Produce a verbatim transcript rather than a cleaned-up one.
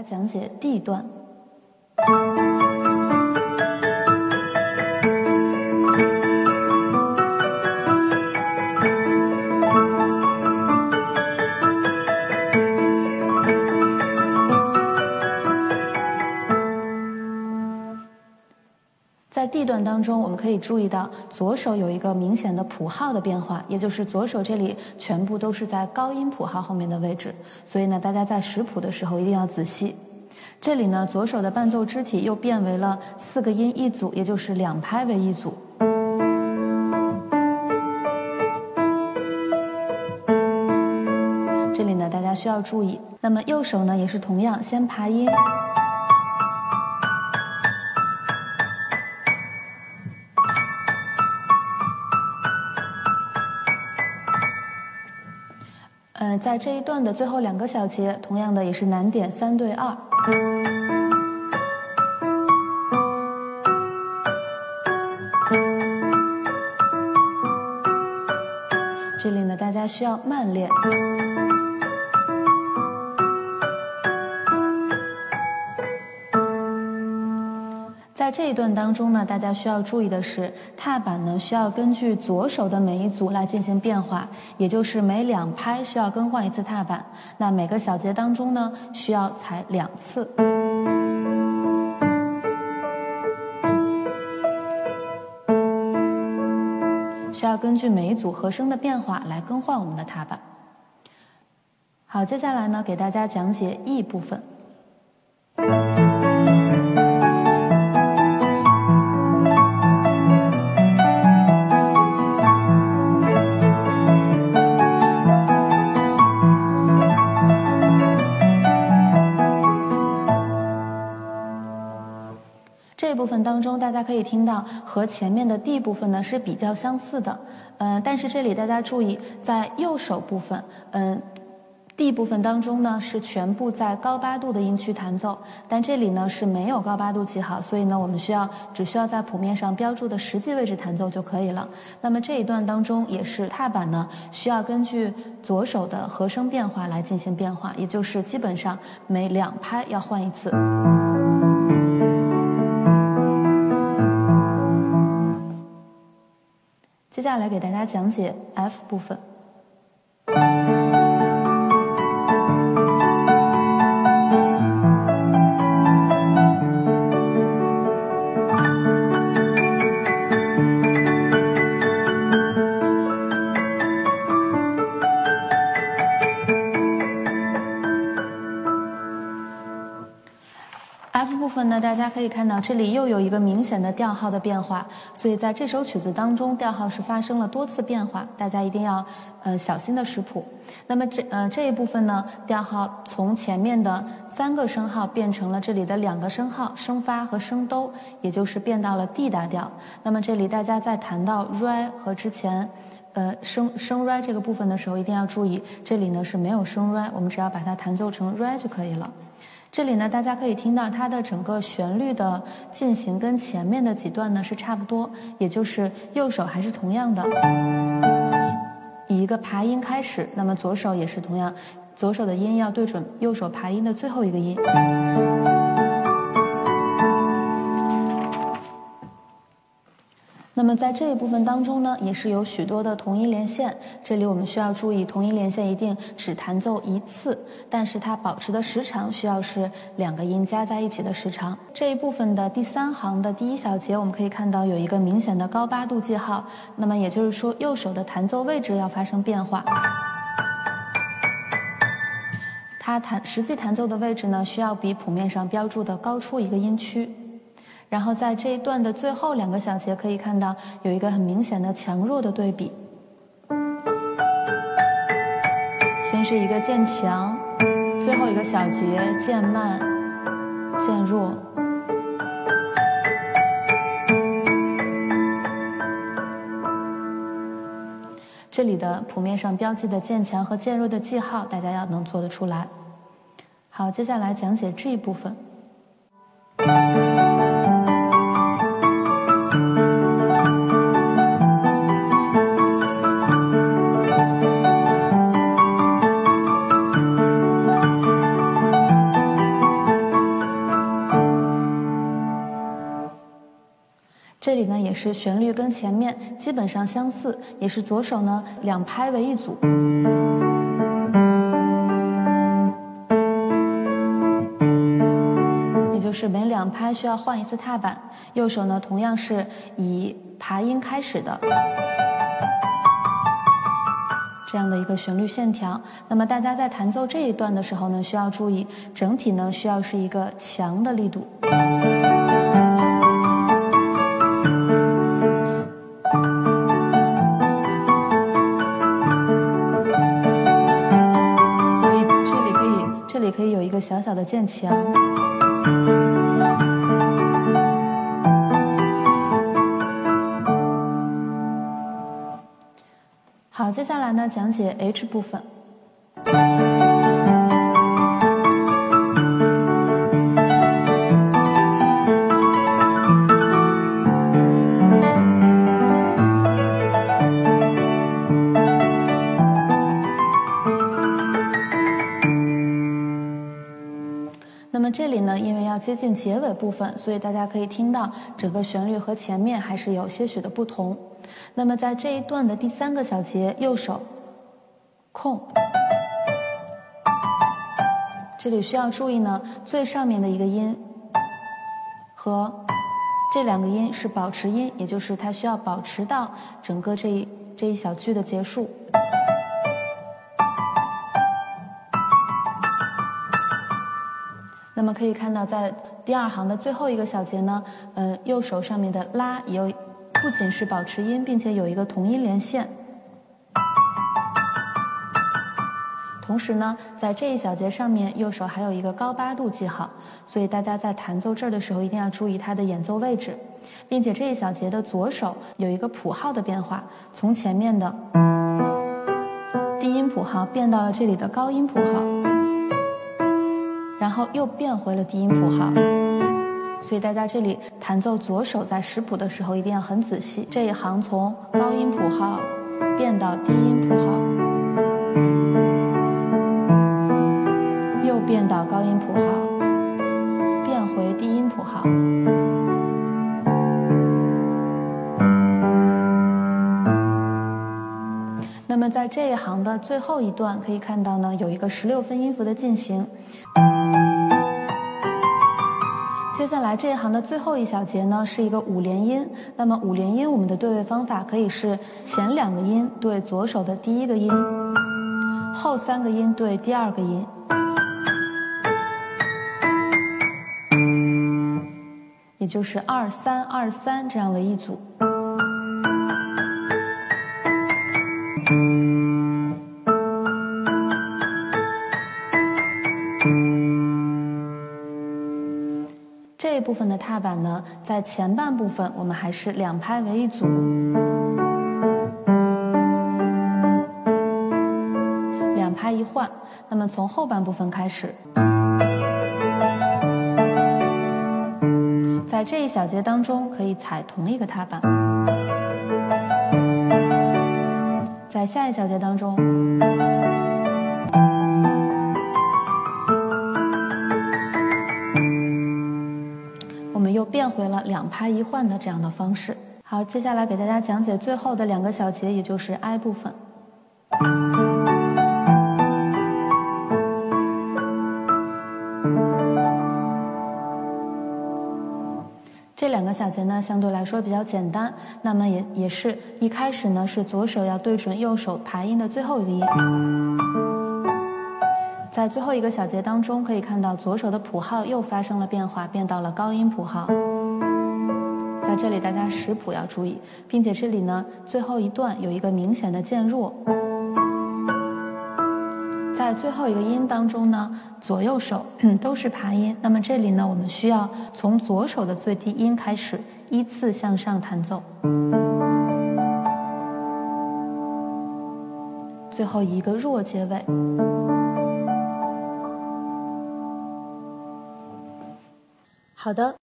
家讲解 D 段。在 D 段当中，我们可以注意到左手有一个明显的谱号的变化，也就是左手这里全部都是在高音谱号后面的位置，所以呢，大家在识谱的时候一定要仔细。这里呢，左手的伴奏肢体又变为了四个音一组，也就是两拍为一组。这里呢，大家需要注意。那么右手呢，也是同样，先爬音。呃，在这一段的最后两个小节，同样的也是难点三对二。这里呢，大家需要慢练。在这一段当中呢，大家需要注意的是，踏板呢需要根据左手的每一组来进行变化，也就是每两拍需要更换一次踏板。那每个小节当中呢，需要踩两次。需要根据每一组和声的变化来更换我们的踏板。好，接下来呢，给大家讲解 E 部分。这部分当中，大家可以听到和前面的 D 部分呢是比较相似的，嗯、呃，但是这里大家注意，在右手部分，嗯、呃、，D 部分当中呢是全部在高八度的音区弹奏，但这里呢是没有高八度记号，所以呢我们需要只需要在谱面上标注的实际位置弹奏就可以了。那么这一段当中也是踏板呢需要根据左手的和声变化来进行变化，也就是基本上每两拍要换一次。接下来给大家讲解 F 部分。F 部分呢，大家可以看到这里又有一个明显的调号的变化，所以在这首曲子当中，调号是发生了多次变化，大家一定要呃小心的识谱。那么这呃这一部分呢，调号从前面的三个升号变成了这里的两个升号，升发和升哆，也就是变到了 D 大调。那么这里大家在谈到 re 和之前呃升升 re 这个部分的时候，一定要注意，这里呢是没有升 re， 我们只要把它弹奏成 re 就可以了。这里呢，大家可以听到它的整个旋律的进行跟前面的几段呢是差不多，也就是右手还是同样的，以一个爬音开始，那么左手也是同样，左手的音要对准右手爬音的最后一个音。那么在这一部分当中呢，也是有许多的同音连线。这里我们需要注意，同音连线一定只弹奏一次，但是它保持的时长需要是两个音加在一起的时长。这一部分的第三行的第一小节，我们可以看到有一个明显的高八度记号，那么也就是说右手的弹奏位置要发生变化。它弹实际弹奏的位置呢，需要比谱面上标注的高出一个音区。然后在这一段的最后两个小节，可以看到有一个很明显的强弱的对比。先是一个渐强，最后一个小节渐慢、渐弱。这里的谱面上标记的渐强和渐弱的记号，大家要能做得出来。好，接下来讲解这一部分。 这里呢也是旋律跟前面基本上相似，也是左手呢两拍为一组。也就是每两拍需要换一次踏板，右手呢同样是以爬音开始的。这样的一个旋律线条，那么大家在弹奏这一段的时候呢，需要注意整体呢需要是一个强的力度。所以这里可以，这里可以有一个小小的渐强。好，接下来呢，讲解 H 部分。那么这里呢，因为要接近结尾部分，所以大家可以听到整个旋律和前面还是有些许的不同。那么在这一段的第三个小节，右手控，这里需要注意呢，最上面的一个音和这两个音是保持音，也就是它需要保持到整个这一这一小句的结束。那么可以看到，在第二行的最后一个小节呢，呃，右手上面的拉也有。不仅是保持音，并且有一个同音连线。同时呢，在这一小节上面，右手还有一个高八度记号，所以大家在弹奏这儿的时候一定要注意它的演奏位置，并且这一小节的左手有一个谱号的变化，从前面的低音谱号变到了这里的高音谱号，然后又变回了低音谱号。所以大家这里弹奏左手在识谱的时候一定要很仔细，这一行从高音谱号变到低音谱号，又变到高音谱号，变回低音谱号。那么在这一行的最后一段可以看到呢，有一个十六分音符的进行。接下来这一行的最后一小节呢，是一个五连音。那么五连音我们的对位方法可以是前两个音对左手的第一个音，后三个音对第二个音。也就是二三二三这样为一组。这一部分的踏板呢，在前半部分我们还是两拍为一组，两拍一换。那么从后半部分开始，在这一小节当中可以踩同一个踏板，在下一小节当中，我们又变回了两拍一换的这样的方式。好，接下来给大家讲解最后的两个小节，也就是 I 部分。这两个小节呢，相对来说比较简单，那么也也是一开始呢是左手要对准右手爬音的最后一个音，在最后一个小节当中可以看到左手的谱号又发生了变化，变到了高音谱号。在这里大家识谱要注意，并且这里呢最后一段有一个明显的渐弱。在最后一个音当中呢，左右手、嗯、都是爬音，那么这里呢我们需要从左手的最低音开始依次向上弹奏，最后以一个弱结尾。好的。